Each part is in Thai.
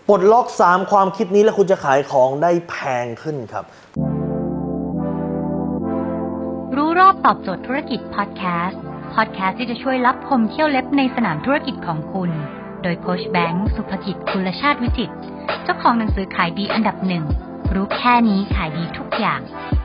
ปลดล็อก3ความคิดนี้แล้วคุณจะขายของได้แพงขึ้นครับรู้รอบตอบโจทย์ธุรกิจพอดแคสต์ที่จะช่วยลับคมเที่ยวเล็บในสนามธุรกิจของคุณโดยโค้ชแบงค์สุภกิจกุลชาติวิจิตรเจ้าของหนังสือขายดีอันดับ1รู้แค่นี้ขายดีทุกอย่าง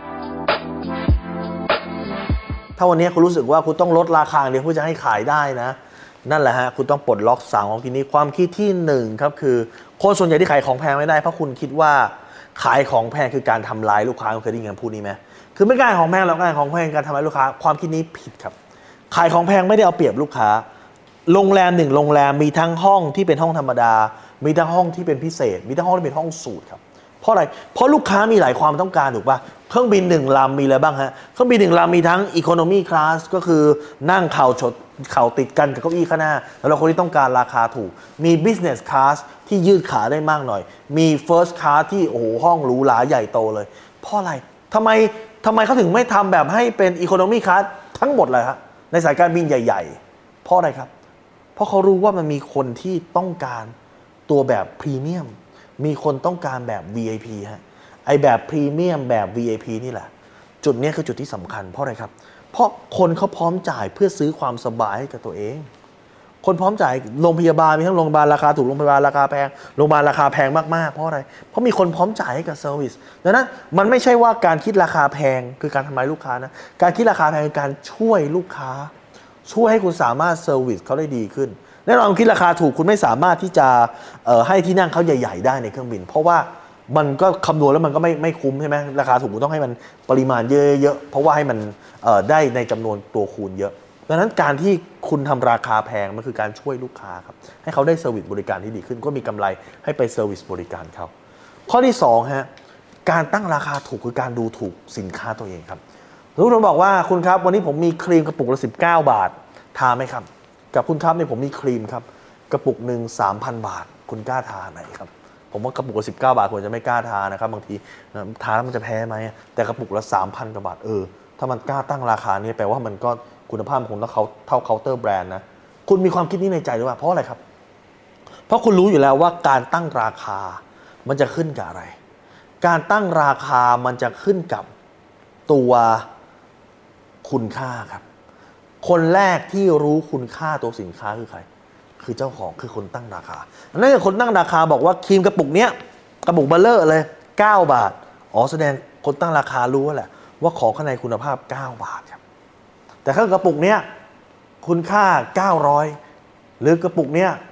ถ้าวันนี้คุณรู้สึกว่าคุณต้องลดราคาเดี๋ยวเพื่อจะให้ขายได้นะนั่นแหละฮะคุณต้องปลดล็อก3ความคิดนี้ความคิดที่1ครับคือคนส่วนใหญ่ที่ขายของแพงไม่ได้เพราะคุณคิดว่าขายของแพงคือการทำลายลูกค้าคุณเคยได้ยินคำพูดนี้ไหมคือไม่การของแพงแล้วการของแพงการทำลายลูกค้าความคิดนี้ผิดครับขายของแพงไม่ได้เอาเปรียบลูกค้าโรงแรม1โรงแรมมีทั้งห้องที่เป็นห้องธรรมดามีทั้งห้องที่เป็นพิเศษมีทั้งห้องที่เป็นห้องสูทครับเพราะอะไรเพราะลูกค้ามีหลายความต้องการถูกป่ะเครื่องบิน1ลำมีอะไรบ้างฮะเครื่องบิน1ลำมีทั้ง Economy Class ก็คือนั่งเข่าติดกันกับเก้าอี้ข้างหน้าแล้วคนที่ต้องการราคาถูกมี Business Class ที่ยืดขาได้มากหน่อยมี First Class ที่โอ้โหห้องหรูหราใหญ่โตเลยเพราะอะไรทำไมเขาถึงไม่ทำแบบให้เป็น Economy Class ทั้งหมดเลยฮะในสายการบินใหญ่ๆเพราะอะไรครับเพราะเขารู้ว่ามันมีคนที่ต้องการตัวแบบพรีเมียมมีคนต้องการแบบ VIP ฮะไอแบบพรีเมียมแบบ VIP นี่แหละจุดนี้คือจุดที่สำคัญเพราะอะไรครับเพราะคนเขาพร้อมจ่ายเพื่อซื้อความสบายให้กับตัวเองคนพร้อมจ่ายโรงพยาบาลมีทั้งโรงพยาบาลราคาถูกโรงพยาบาลราคาแพงโรงพยาบาลราคาแพงมากๆเพราะอะไรเพราะมีคนพร้อมจ่ายให้กับเซอร์วิสดังนั้นมันไม่ใช่ว่าการคิดราคาแพงคือการทำลายลูกค้านะการคิดราคาแพงคือการช่วยลูกค้าช่วยให้คุณสามารถเซอร์วิสเขาได้ดีขึ้นแน่นอนคิดราคาถูกคุณไม่สามารถที่จะให้ที่นั่งเขาใหญ่ๆได้ในเครื่องบินเพราะว่ามันก็คำนวณแล้วมันก็ไม่คุ้มใช่ไหมราคาถูกคุณต้องให้มันปริมาณเยอะๆเพราะว่าให้มันได้ในจำนวนตัวคูณเยอะดังนั้นการที่คุณทำราคาแพงมันคือการช่วยลูกค้าครับให้เขาได้เซอร์วิสบริการที่ดีขึ้นก็มีกำไรให้ไปเซอร์วิสบริการเขาข้อที่2ฮะการตั้งราคาถูกคือการดูถูกสินค้าตัวเองครับทุกคนบอกว่าคุณครับวันนี้ผมมีครีมกระปุกละ19 บาททาไหมครับกับคุณครับเนี่ยผมมีครีมครับกระปุกหนึ่ง 3,000 บาทคุณกล้าทาไหนครับผมว่ากระปุกละ19 บาทควรจะไม่กล้าทานะครับบางทีทาแล้วมันจะแพ้ไหมแต่กระปุกละ 3,000 กว่าบาทถ้ามันกล้าตั้งราคานี้แปลว่ามันก็คุณภาพคงต้องเท่าเคาน์เตอร์แบรนด์นะคุณมีความคิดนี้ในใจหรือเปล่าเพราะอะไรครับเพราะคุณรู้อยู่แล้วว่าการตั้งราคามันจะขึ้นกับอะไรการตั้งราคามันจะขึ้นกับตัวคุณค่าครับคนแรกที่รู้คุณค่าตัวสินค้าคือใครคือเจ้าของคือคนตั้งราคานั่นคือคนตั้งราคาบอกว่าครีมกระปุกเนี้ยกระปุกเบลเลอร์เลย9 บาทแสดงคนตั้งราคารู้แหละว่าของข้างในคุณภาพ9 บาทครับแต่ถ้ากระปุกเนี้ยคุณค่า900หรือกระปุกเนี้ย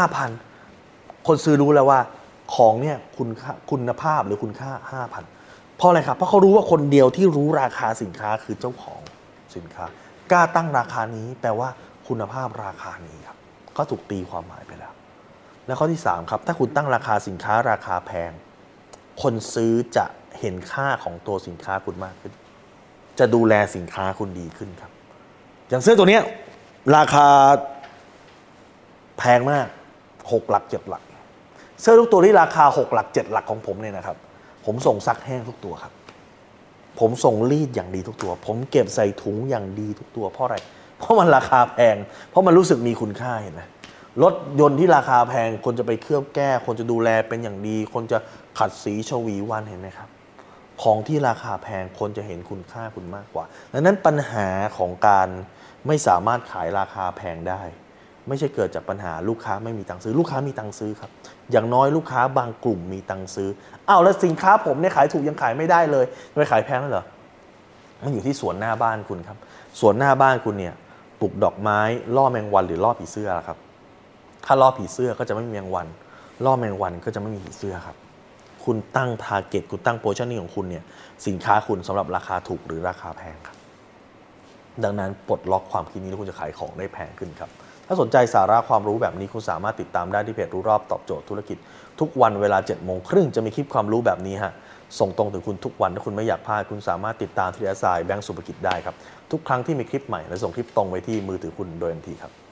5,000คนซื้อรู้แล้วว่าของเนี้ยคุณภาพหรือคุณค่า 5,000 เพราะอะไรครับเพราะเขารู้ว่าคนเดียวที่รู้ราคาสินค้าคือเจ้าของสินค้ากล้าตั้งราคานี้แปลว่าคุณภาพราคานี้ครับก็ถูกตีความหมายไปแล้วและข้อที่3ครับถ้าคุณตั้งราคาสินค้าราคาแพงคนซื้อจะเห็นค่าของตัวสินค้าคุณมากขึ้นจะดูแลสินค้าคุณดีขึ้นครับอย่างเสื้อตัวนี้ราคาแพงมาก6 หลัก 7 หลักเสื้อทุกตัวที่ราคา6 หลัก 7 หลักของผมเนี่ยนะครับผมส่งซักแห้งทุกตัวครับผมส่งรีดอย่างดีทุกตัวผมเก็บใส่ถุงอย่างดีทุกตัวเพราะอะไรเพราะมันราคาแพงเพราะมันรู้สึกมีคุณค่าเห็นไหมรถยนต์ที่ราคาแพงคนจะไปเคลือบแก้คนจะดูแลเป็นอย่างดีคนจะขัดสีชวีวันเห็นไหมครับของที่ราคาแพงคนจะเห็นคุณค่าคุณมากกว่าดังนั้นปัญหาของการไม่สามารถขายราคาแพงได้ไม่ใช่เกิดจากปัญหาลูกค้าไม่มีตังค์ซื้อลูกค้ามีตังค์ซื้อครับอย่างน้อยลูกค้าบางกลุ่มมีตังค์ซื้อแล้วสินค้าผมเนี่ยขายถูกยังขายไม่ได้เลยไปขายแพงแล้วเหรอมันอยู่ที่สวนหน้าบ้านคุณครับสวนหน้าบ้านคุณเนี่ยปลูกดอกไม้ล่อแมงวันหรือล่อผีเสื้อครับถ้าล่อผีเสื้อก็จะไม่มีแมงวันล่อแมงวันก็จะไม่มีผีเสื้อครับคุณตั้งทาร์เก็ตคุณตั้งโพซิชั่นนิ่งของคุณเนี่ยสินค้าคุณสำหรับราคาถูกหรือราคาแพงครับดังนั้นปลดล็อกความคิดนี้แล้วคุณจะขายของได้แพงขึ้นครับถ้าสนใจสาระความรู้แบบนี้คุณสามารถติดตามได้ที่เพจรู้รอบตอบโจทย์ธุรกิจทุกวันเวลา 7:30 น.จะมีคลิปความรู้แบบนี้ฮะส่งตรงถึงคุณทุกวันถ้าคุณไม่อยากพลาดคุณสามารถติดตามที่แอดไซน์แบงก์สุภกิจได้ครับทุกครั้งที่มีคลิปใหม่และส่งคลิปตรงไปที่มือถือคุณโดยทันทีครับ